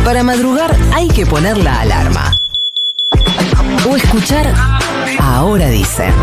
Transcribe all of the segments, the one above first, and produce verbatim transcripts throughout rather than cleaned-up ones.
Para madrugar hay que poner la alarma. O escuchar Ahora Dicen.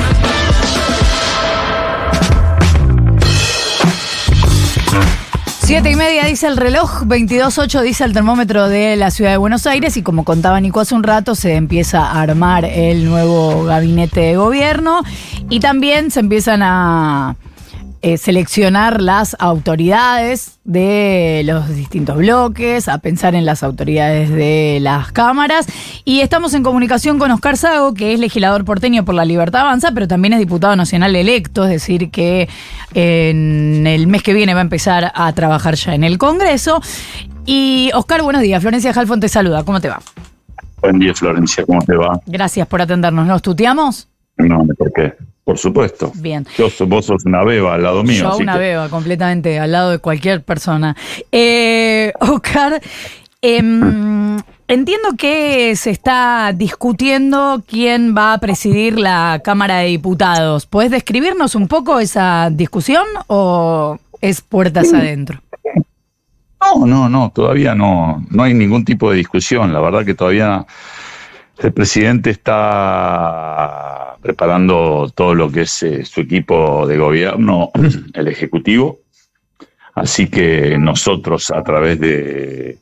Siete y media dice el reloj, veintidós ocho dice el termómetro de la ciudad de Buenos Aires y como contaba Nico hace un rato, se empieza a armar el nuevo gabinete de gobierno y también se empiezan a eh, seleccionar las autoridades de los distintos bloques, a pensar en las autoridades de las cámaras y estamos en comunicación con Oscar Sago, que es legislador porteño por La Libertad Avanza, pero también es diputado nacional electo, es decir que en el mes que viene va a empezar a trabajar ya en el Congreso. Y Oscar, buenos días, Florencia Halfon te saluda, ¿cómo te va? Buen día, Florencia, ¿cómo te va? Gracias por atendernos, ¿nos tuteamos? No, ¿por qué? Por supuesto. Bien. Yo, vos sos una beba al lado mío. Yo así una que... beba, completamente, al lado de cualquier persona. Eh, Oscar, eh, entiendo que se está discutiendo quién va a presidir la Cámara de Diputados. ¿Podés describirnos un poco esa discusión o es puertas sí. adentro? No, no, no, todavía no, no hay ningún tipo de discusión. La verdad que todavía el presidente está preparando todo lo que es eh, su equipo de gobierno, el Ejecutivo. Así que nosotros, a través de,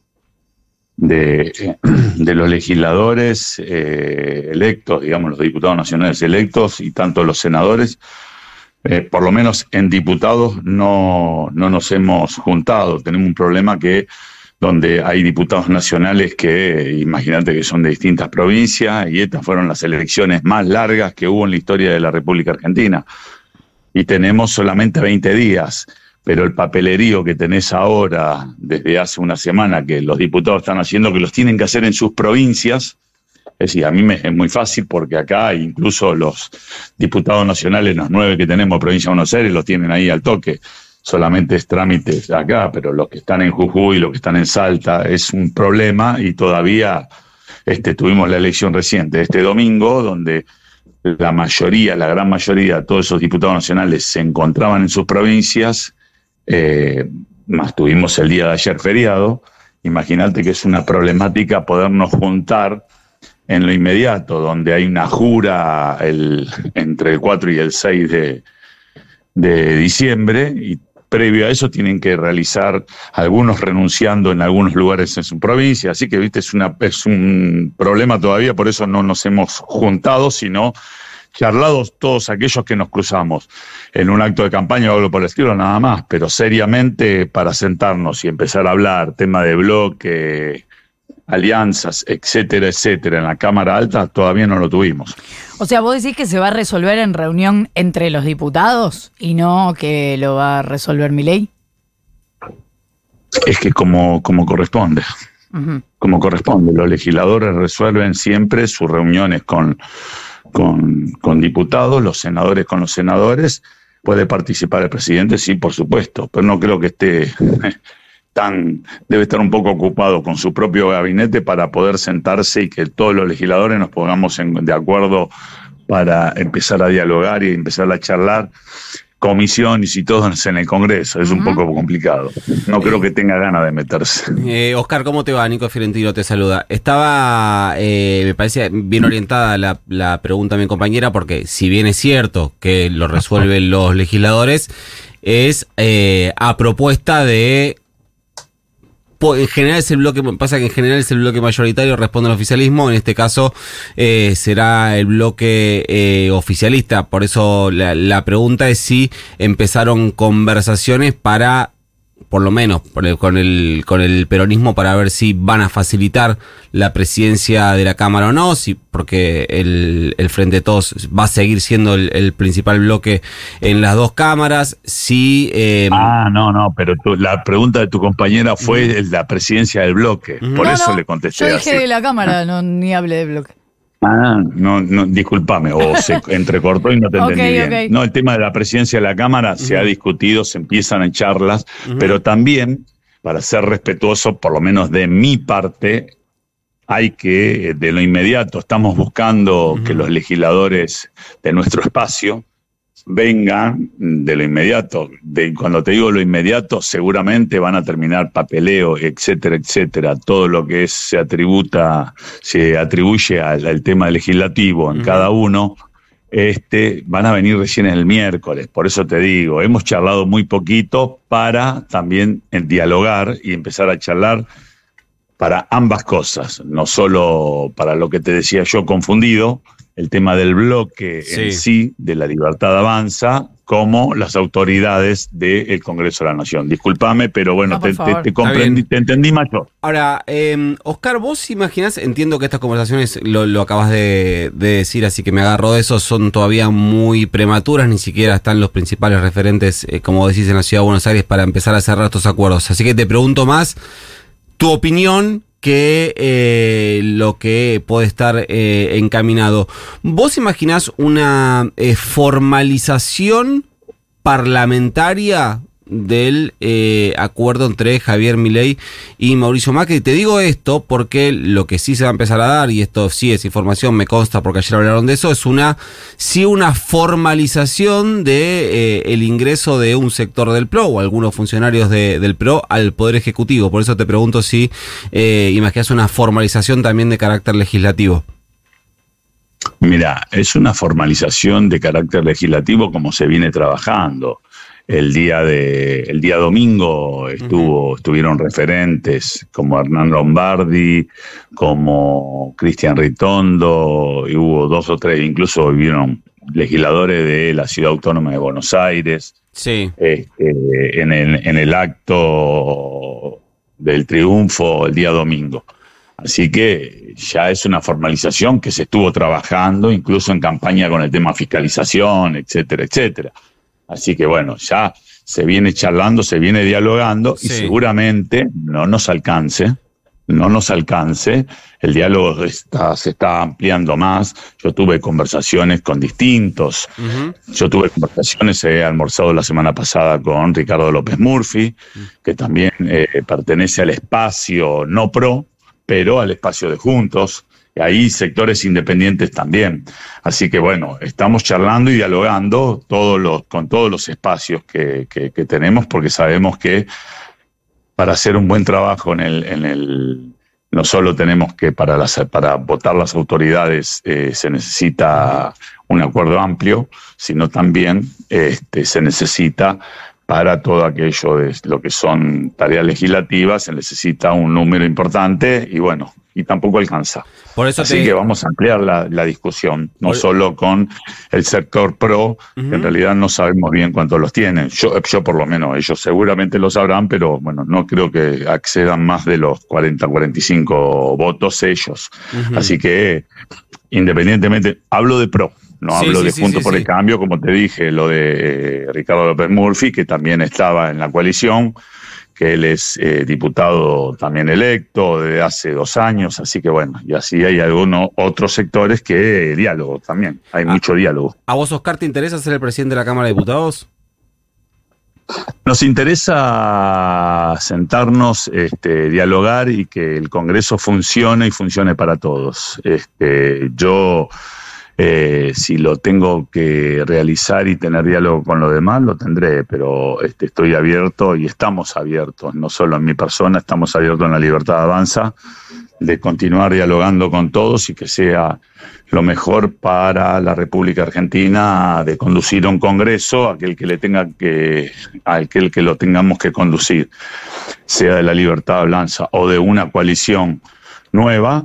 de, de los legisladores eh, electos, digamos, los diputados nacionales electos y tanto los senadores, eh, por lo menos en diputados no, no nos hemos juntado. Tenemos un problema que donde hay diputados nacionales que, imagínate que son de distintas provincias, y estas fueron las elecciones más largas que hubo en la historia de la República Argentina. Y tenemos solamente veinte días, pero el papelerío que tenés ahora, desde hace una semana, que los diputados están haciendo, que los tienen que hacer en sus provincias, es decir, a mí me es muy fácil porque acá incluso los diputados nacionales, los nueve que tenemos en Provincia de Buenos Aires, los tienen ahí al toque. Solamente es trámites acá, pero los que están en Jujuy, los que están en Salta, es un problema y todavía este, tuvimos la elección reciente este domingo, donde la mayoría, la gran mayoría de todos esos diputados nacionales se encontraban en sus provincias, eh, más tuvimos el día de ayer feriado. Imagínate que es una problemática podernos juntar en lo inmediato, donde hay una jura el, entre el cuatro y el seis de, de diciembre, y previo a eso tienen que realizar algunos renunciando en algunos lugares en su provincia, así que viste es una es un problema todavía, por eso no nos hemos juntado, sino charlado todos aquellos que nos cruzamos en un acto de campaña o algo por el estilo, nada más, pero seriamente para sentarnos y empezar a hablar, tema de bloque, alianzas, etcétera, etcétera, en la Cámara Alta, todavía no lo tuvimos. O sea, vos decís que se va a resolver en reunión entre los diputados y no que lo va a resolver Milei. Es que como, como corresponde, uh-huh. como corresponde, los legisladores resuelven siempre sus reuniones con, con, con diputados, los senadores con los senadores, puede participar el presidente, sí, por supuesto, pero no creo que esté... Tan, debe estar un poco ocupado con su propio gabinete para poder sentarse y que todos los legisladores nos pongamos en, de acuerdo para empezar a dialogar y empezar a charlar comisiones y todo en el Congreso. Es uh-huh. un poco complicado. No creo que tenga ganas de meterse. Eh, Oscar, ¿cómo te va? Nico Fiorentino te saluda. Estaba, eh, me parece bien orientada la, la pregunta de mi compañera, porque si bien es cierto que lo resuelven los legisladores, es eh, a propuesta de... En general es el bloque, pasa que en general es el bloque mayoritario, responde al oficialismo, en este caso eh, será el bloque eh, oficialista, por eso la, la pregunta es si empezaron conversaciones para, por lo menos por el, con el con el peronismo, para ver si van a facilitar la presidencia de la Cámara o no, si porque el, el Frente de Todos va a seguir siendo el, el principal bloque en las dos cámaras, si... Eh, ah, no, no, pero tu, la pregunta de tu compañera fue uh-huh. la presidencia del bloque, uh-huh. por no, eso no, le contesté yo dije así. de la Cámara, no, ni hablé de bloque. Ah, no, no, discúlpame, o se entrecortó y no te entendí okay, bien. Okay. No, el tema de la presidencia de la Cámara uh-huh. se ha discutido, se empiezan en charlas, uh-huh. pero también, para ser respetuoso, por lo menos de mi parte, hay que, de lo inmediato, estamos buscando uh-huh. que los legisladores de nuestro espacio vengan de lo inmediato. De, cuando te digo lo inmediato, seguramente van a terminar papeleo, etcétera, etcétera. Todo lo que es, se atributa, se atribuye al, al tema legislativo en uh-huh. cada uno, este, van a venir recién el miércoles. Por eso te digo, hemos charlado muy poquito para también dialogar y empezar a charlar para ambas cosas, no solo para lo que te decía yo confundido, el tema del bloque sí. en sí, de la Libertad Avanza, como las autoridades del Congreso de la Nación. Disculpame, pero bueno, no, te, te, te comprendí, te entendí mayor. Ahora, eh, Oscar, vos imaginás, entiendo que estas conversaciones, lo, lo acabas de, de decir, así que me agarro de eso, son todavía muy prematuras, ni siquiera están los principales referentes, eh, como decís, en la Ciudad de Buenos Aires para empezar a cerrar estos acuerdos. Así que te pregunto más tu opinión que eh, lo que puede estar eh, encaminado. ¿Vos imaginás una eh, formalización parlamentaria del eh, acuerdo entre Javier Milei y Mauricio Macri? Te digo esto porque lo que sí se va a empezar a dar, y esto sí es información, me consta porque ayer hablaron de eso, es una sí una formalización de eh, el ingreso de un sector del P R O o algunos funcionarios de, del P R O al Poder Ejecutivo. Por eso te pregunto si eh, imaginas una formalización también de carácter legislativo. Mira, es una formalización de carácter legislativo como se viene trabajando. El día de el día domingo estuvo, uh-huh. estuvieron referentes como Hernán Lombardi, como Cristian Ritondo, y hubo dos o tres, incluso vivieron legisladores de la Ciudad Autónoma de Buenos Aires. Sí. Este, en el, en el acto del triunfo el día domingo. Así que ya es una formalización que se estuvo trabajando, incluso en campaña con el tema fiscalización, etcétera, etcétera. Así que bueno, ya se viene charlando, se viene dialogando sí. y seguramente no nos alcance, no nos alcance. El diálogo está, se está ampliando más. Yo tuve conversaciones con distintos. Uh-huh. Yo tuve conversaciones, he almorzado la semana pasada con Ricardo López Murphy, uh-huh. que también eh, pertenece al espacio no pro, pero al espacio de Juntos. Hay sectores independientes también. Así que bueno, estamos charlando y dialogando todos los, con todos los espacios que, que, que tenemos, porque sabemos que para hacer un buen trabajo en el, en el no solo tenemos que para, las, para votar las autoridades eh, se necesita un acuerdo amplio, sino también este, se necesita para todo aquello de lo que son tareas legislativas, se necesita un número importante y bueno, y tampoco alcanza. Por eso Así te... que vamos a ampliar la, la discusión, no por... solo con el sector pro, uh-huh. que en realidad no sabemos bien cuántos los tienen. Yo, yo por lo menos, ellos seguramente lo sabrán, pero bueno, no creo que accedan más de los cuarenta, cuarenta y cinco votos ellos. Uh-huh. Así que, independientemente, hablo de pro. No sí, hablo sí, de sí, Juntos sí, por sí. el Cambio, como te dije, lo de eh, Ricardo López Murphy, que también estaba en la coalición, que él es eh, diputado también electo desde hace dos años, así que bueno, y así hay algunos otros sectores que eh, diálogo también, hay ah, mucho diálogo. ¿A vos, Oscar, te interesa ser el presidente de la Cámara de Diputados? Nos interesa sentarnos, este, dialogar y que el Congreso funcione y funcione para todos. Este, yo... Eh, si lo tengo que realizar y tener diálogo con los demás, lo tendré, pero este, estoy abierto y estamos abiertos, no solo en mi persona, estamos abiertos en la Libertad Avanza, de continuar dialogando con todos y que sea lo mejor para la República Argentina, de conducir un congreso, aquel que le tenga que, aquel que lo tengamos que conducir, sea de la Libertad Avanza o de una coalición nueva,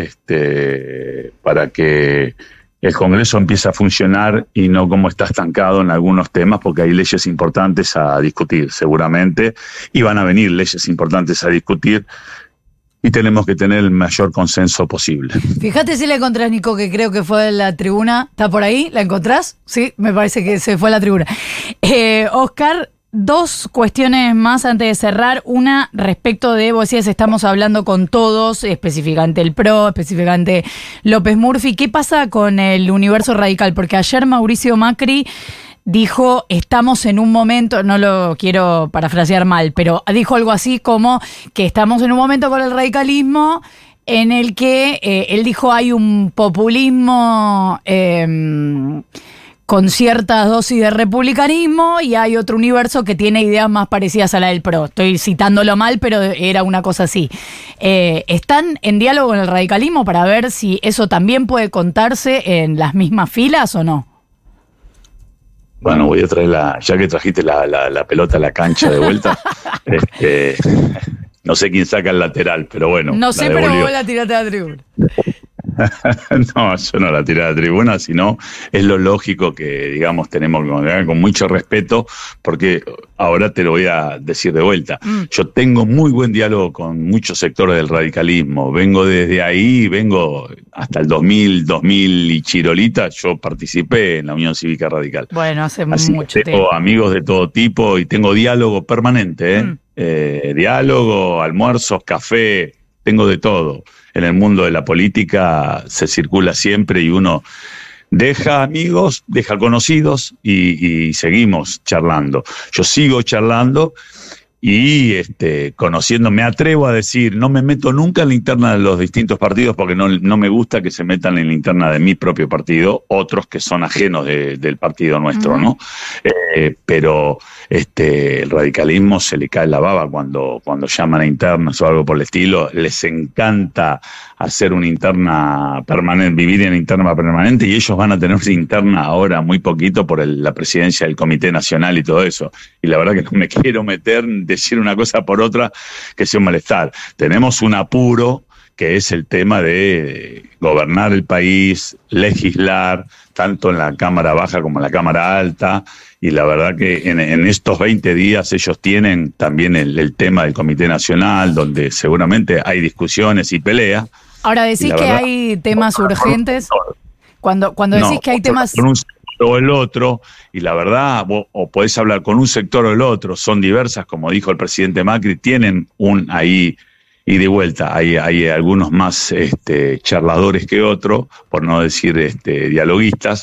este, para que el Congreso empieza a funcionar y no como está estancado en algunos temas, porque hay leyes importantes a discutir seguramente, y van a venir leyes importantes a discutir, y tenemos que tener el mayor consenso posible. Fíjate si la encontrás, Nico, que creo que fue en la tribuna. ¿Está por ahí? ¿La encontrás? Sí, me parece que se fue a la tribuna. Eh, Oscar... Dos cuestiones más antes de cerrar. Una respecto de, vos decías, estamos hablando con todos, específicamente el P R O, específicamente López Murphy. ¿Qué pasa con el universo radical? Porque ayer Mauricio Macri dijo, estamos en un momento, no lo quiero parafrasear mal, pero dijo algo así como que estamos en un momento con el radicalismo en el que, eh, él dijo, hay un populismo... Eh, con ciertas dosis de republicanismo, y hay otro universo que tiene ideas más parecidas a la del P R O. Estoy citándolo mal, pero era una cosa así. Eh, ¿Están en diálogo con el radicalismo para ver si eso también puede contarse en las mismas filas o no? Bueno, voy a traer la, ya que trajiste la, la, la pelota a la cancha de vuelta, este, no sé quién saca el lateral, pero bueno. No sé, pero vos la tiraste a la tribuna. No, yo no la tiré a la tribuna, sino es lo lógico que, digamos, tenemos que con mucho respeto, porque ahora te lo voy a decir de vuelta. Mm. Yo tengo muy buen diálogo con muchos sectores del radicalismo. Vengo desde ahí, vengo hasta el dos mil, dos mil y Chirolita, yo participé en la Unión Cívica Radical. Bueno, hace Así mucho tengo tiempo. amigos de todo tipo y tengo diálogo permanente, ¿eh? Mm. Eh, diálogo, almuerzos, café, tengo de todo. En el mundo de la política se circula siempre y uno deja amigos, deja conocidos y, y seguimos charlando. Yo sigo charlando y este, conociendo, me atrevo a decir, no me meto nunca en la interna de los distintos partidos porque no, no me gusta que se metan en la interna de mi propio partido, otros que son ajenos de, del partido nuestro, uh-huh. ¿no? Eh, pero este, el radicalismo se le cae la baba cuando, cuando llaman a internas o algo por el estilo. Les encanta hacer una interna permanente, vivir en interna permanente, y ellos van a tener una interna ahora muy poquito por el, la presidencia del Comité Nacional y todo eso. Y la verdad que no me quiero meter, decir una cosa por otra, que sea un malestar. Tenemos un apuro que es el tema de gobernar el país, legislar, tanto en la Cámara Baja como en la Cámara Alta, y la verdad que en, en estos veinte días ellos tienen también el, el tema del Comité Nacional, donde seguramente hay discusiones y peleas. Ahora, decís que verdad, hay temas urgentes. Cuando, cuando decís no, que hay temas... Con un sector o el otro, y la verdad, vos, o podés hablar con un sector o el otro, son diversas, como dijo el presidente Macri, tienen un ahí... y de vuelta, hay, hay algunos más este, charladores que otros, por no decir este, dialoguistas,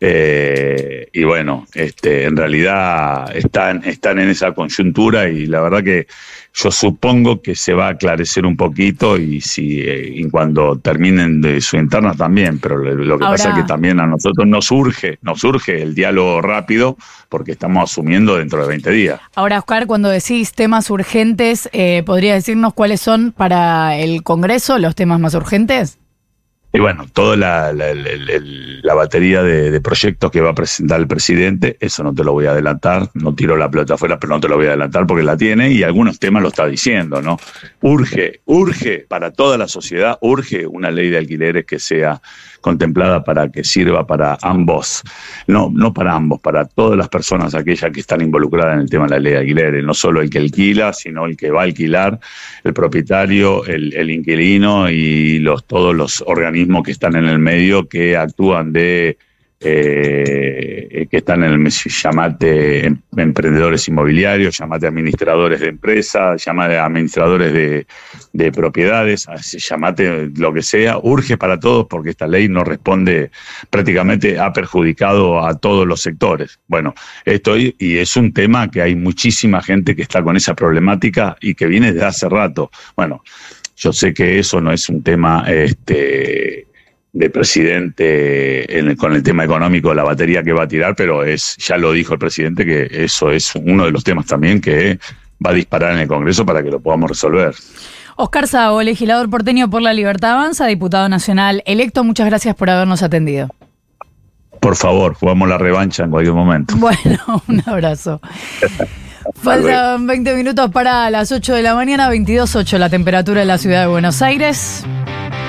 eh, y bueno, este, en realidad están, están en esa coyuntura, y la verdad que yo supongo que se va a aclarecer un poquito, y si eh, y cuando terminen de su interna también, pero lo que Ahora... pasa es que también a nosotros nos surge, nos surge el diálogo rápido, porque estamos asumiendo dentro de veinte días. Ahora, Oscar, cuando decís temas urgentes, eh, ¿podría decirnos cuáles son para el Congreso los temas más urgentes? Y bueno, toda la, la, la, la, la batería de, de proyectos que va a presentar el presidente, eso no te lo voy a adelantar, no tiro la pelota afuera, pero no te lo voy a adelantar porque la tiene, y algunos temas lo está diciendo, ¿no? Urge, urge para toda la sociedad, urge una ley de alquileres que sea contemplada para que sirva para ambos, no, no para ambos, para todas las personas aquellas que están involucradas en el tema de la ley de alquileres, no solo el que alquila, sino el que va a alquilar, el propietario, el, el inquilino y los todos los organismos que están en el medio que actúan de eh, que están en el llamate em, emprendedores inmobiliarios, llamate administradores de empresas, llamate administradores de, de propiedades, llamate lo que sea, urge para todos porque esta ley no responde, prácticamente ha perjudicado a todos los sectores. Bueno, esto y, y es un tema que hay muchísima gente que está con esa problemática y que viene desde hace rato. Bueno, yo sé que eso no es un tema este de presidente en el, con el tema económico, la batería que va a tirar, pero es ya lo dijo el presidente que eso es uno de los temas también que va a disparar en el Congreso para que lo podamos resolver. Oscar Sago, legislador porteño por la Libertad Avanza, diputado nacional electo, muchas gracias por habernos atendido. Por favor, jugamos la revancha en cualquier momento. Bueno, un abrazo. Faltan veinte minutos para las ocho de la mañana, veintidós ocho la temperatura en la ciudad de Buenos Aires.